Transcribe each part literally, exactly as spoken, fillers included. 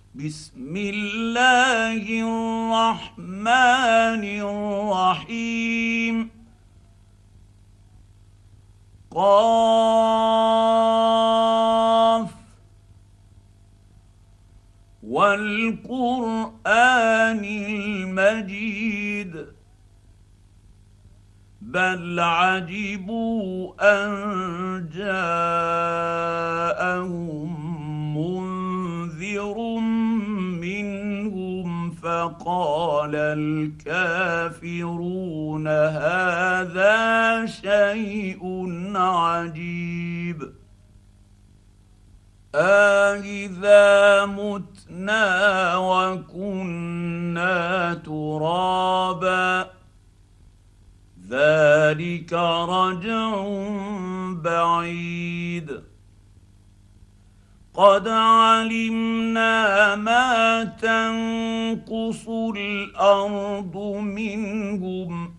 بسم الله الرحمن الرحيم. قاف والقرآن المجيد بل عجبوا أن جاءهم منذر منهم فقال الكافرون هذا شيء عجيب أإذا متنا وكنا ترابا ذلك رجع بعيد قد علمنا ما تنقص الأرض منهم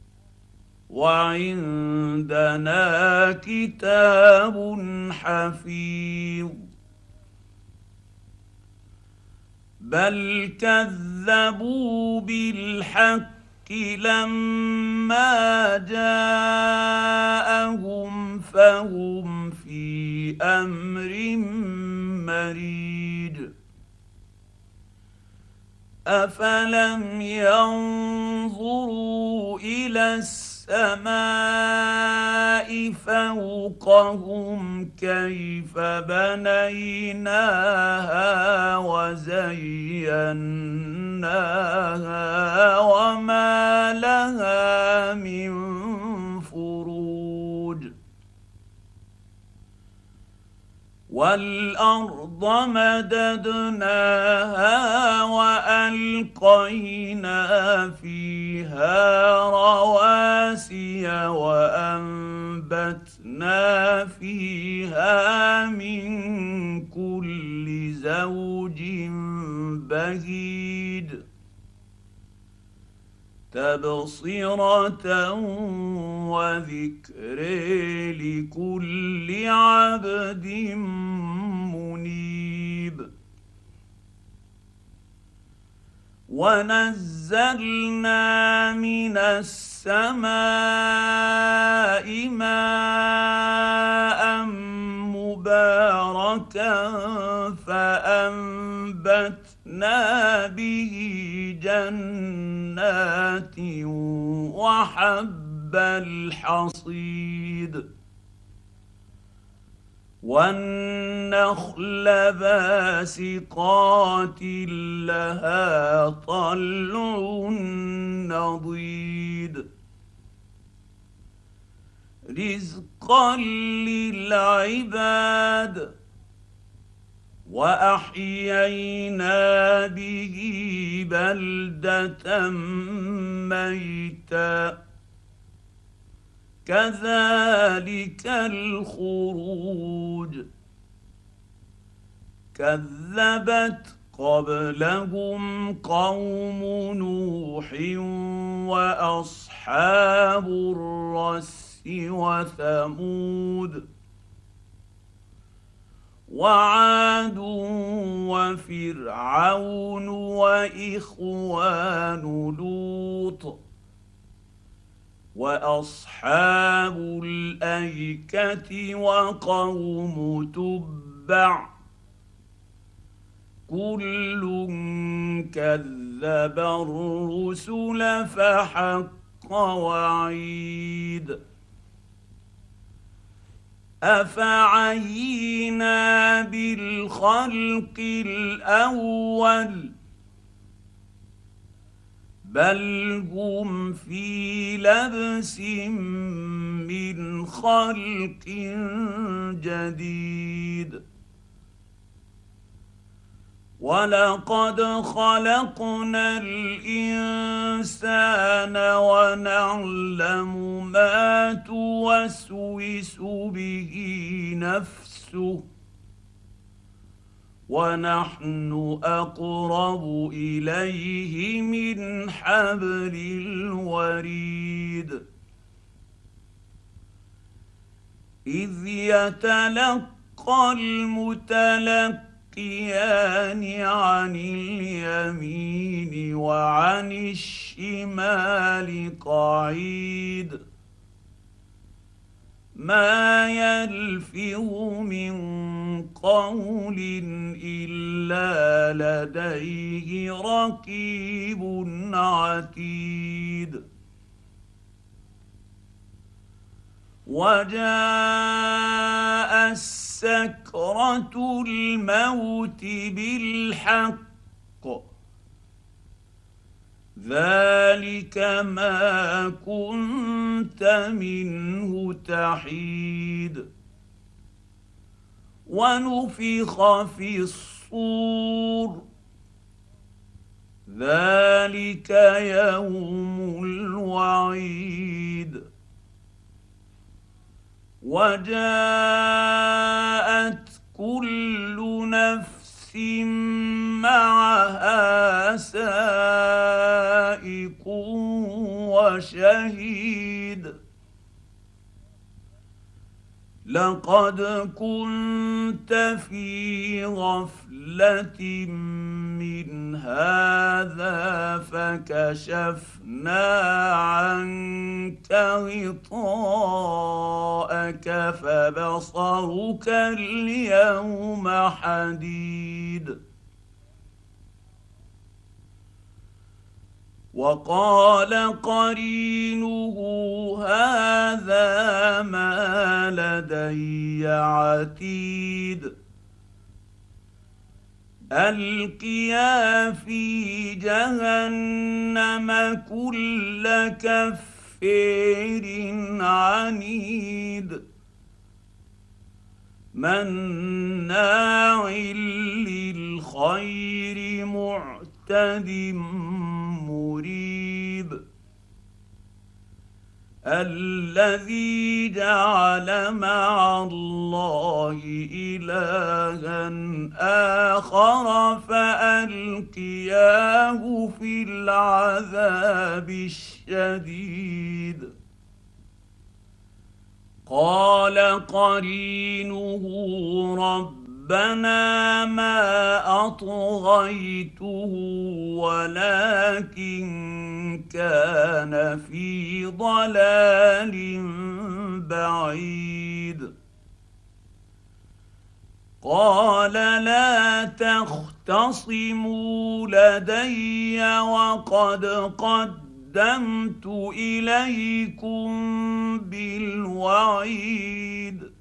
وعندنا كتاب حفيظ بل كذبوا بالحق لما جاءهم فهم في أمر مريج أفلم ينظروا إلى السماء فوقهم كيف بنيناها وزيناها وما لها من فروج والأرض مددناها وألقينا فيها رواسي وأنبتنا فيها من كل زوج بهيج تبصرة وذكر لكل عبد منيب ونزلنا من السماء ماء مباركا فأنبتنا به جنات وحب الحصيد والنخل باسقات لها طلع نضيد رزقا للعباد وأحيينا به بلدة ميتا كذلك الخروج كذبت قبلهم قوم نوح وأصحاب الرس وثمود وعاد وفرعون وإخوان لوط وأصحاب الأيكة وقوم تبع كل كذب الرسل فحق وعيد أفعينا بالخلق الأول بل هم في لبس من خلق جديد ولقد خلقنا الإنسان ونعلم ما توسوس به نفسه ونحن أقرب إليه من حبل الوريد إذ يتلقى المتلقى يلتقيان عن اليمين وعن الشمال قعيد ما يلفظ من قول الا لديه رقيب عتيد وجاء السكرة الموت بالحق ذلك ما كنت منه تحيد ونفخ في الصور ذلك يوم الوعيد وجاءت كل نفس معها سائق وشهيد لقد كنت في غفلة من هذا فكشفنا عنك غطاءك فبصرك اليوم حديد وقال قرينه هذا ما لدي عتيد القيا في جهنم كل كفار عنيد مناع للخير معتد مريب الذي جعل مع الله إلها آخر فألقياه في العذاب الشديد قال قرينه ربنا ما أطغيته ولكن كان في ضلال بعيد قال لا تختصموا لدي وقد قدمت إليكم بالوعيد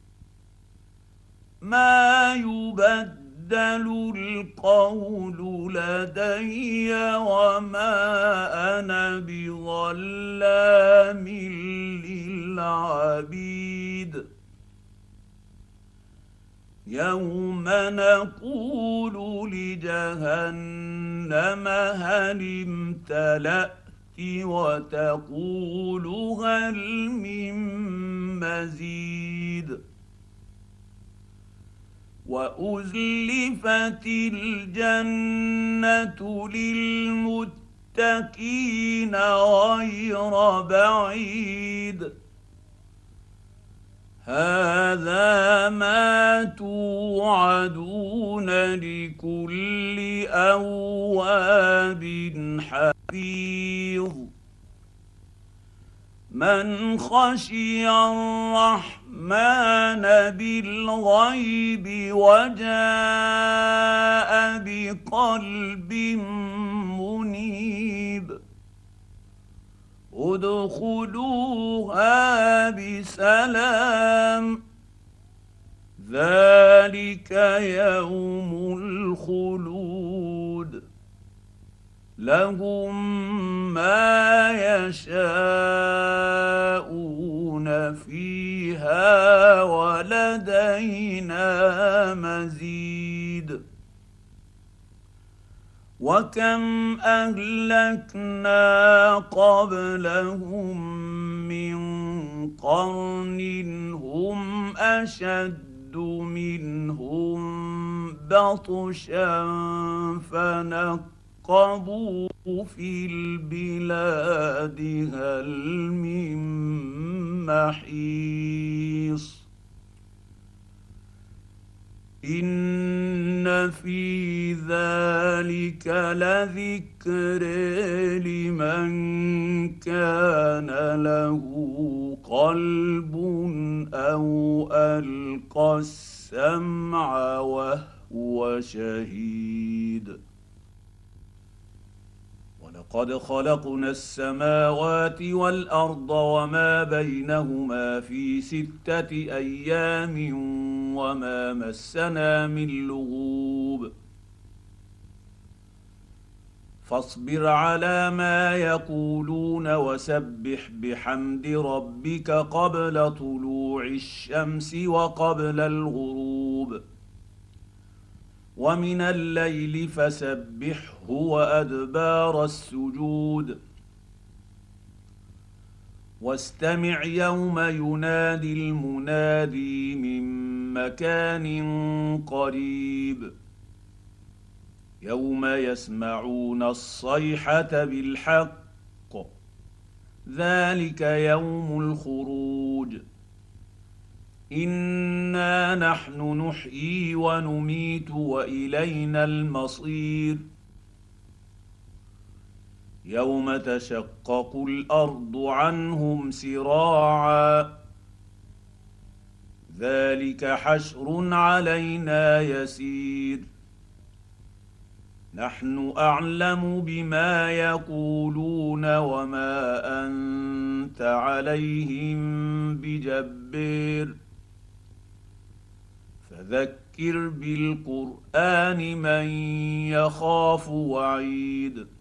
ما يبدل القول لدي وما أنا بظلام للعبيد يوم نقول لجهنم هل امتلأت وتقول هل من مزيد وأزلفت الجنة للمتقين غير بعيد هذا ما توعدون لكل أواب حفيظ من خشي الرحمن بالغيب وجاء بقلب منيب ادخلوها بسلام ذلك يوم الخلود لهم ما يشاءون فيها ولدينا مزيد وكم أهلكنا قبلهم من قرن هم أشد منهم بطشا فنقبوا في البلاد هل من محيص إن إن في ذلك لذكر لمن كان له قلب أو ألقى السمع وهو شهيد. ولقد خلقنا السماوات والأرض وما بينهما في ستة أيام وما مسنا من لغوب. فاصبر على ما يقولون وسبح بحمد ربك قبل طلوع الشمس وقبل الغروب، ومن الليل فسبحه وأدبار السجود. واستمع يوم ينادي المنادي من مكان قريب، يوم يسمعون الصيحة بالحق، ذلك يوم الخروج. إنا نحن نحيي ونميت وإلينا المصير. يوم تشقق الأرض عنهم سراعا، ذلك حشر علينا يسير. نحن أعلم بما يقولون وما أنت عليهم بجبار، فذكر بالقرآن من يخاف وعيد.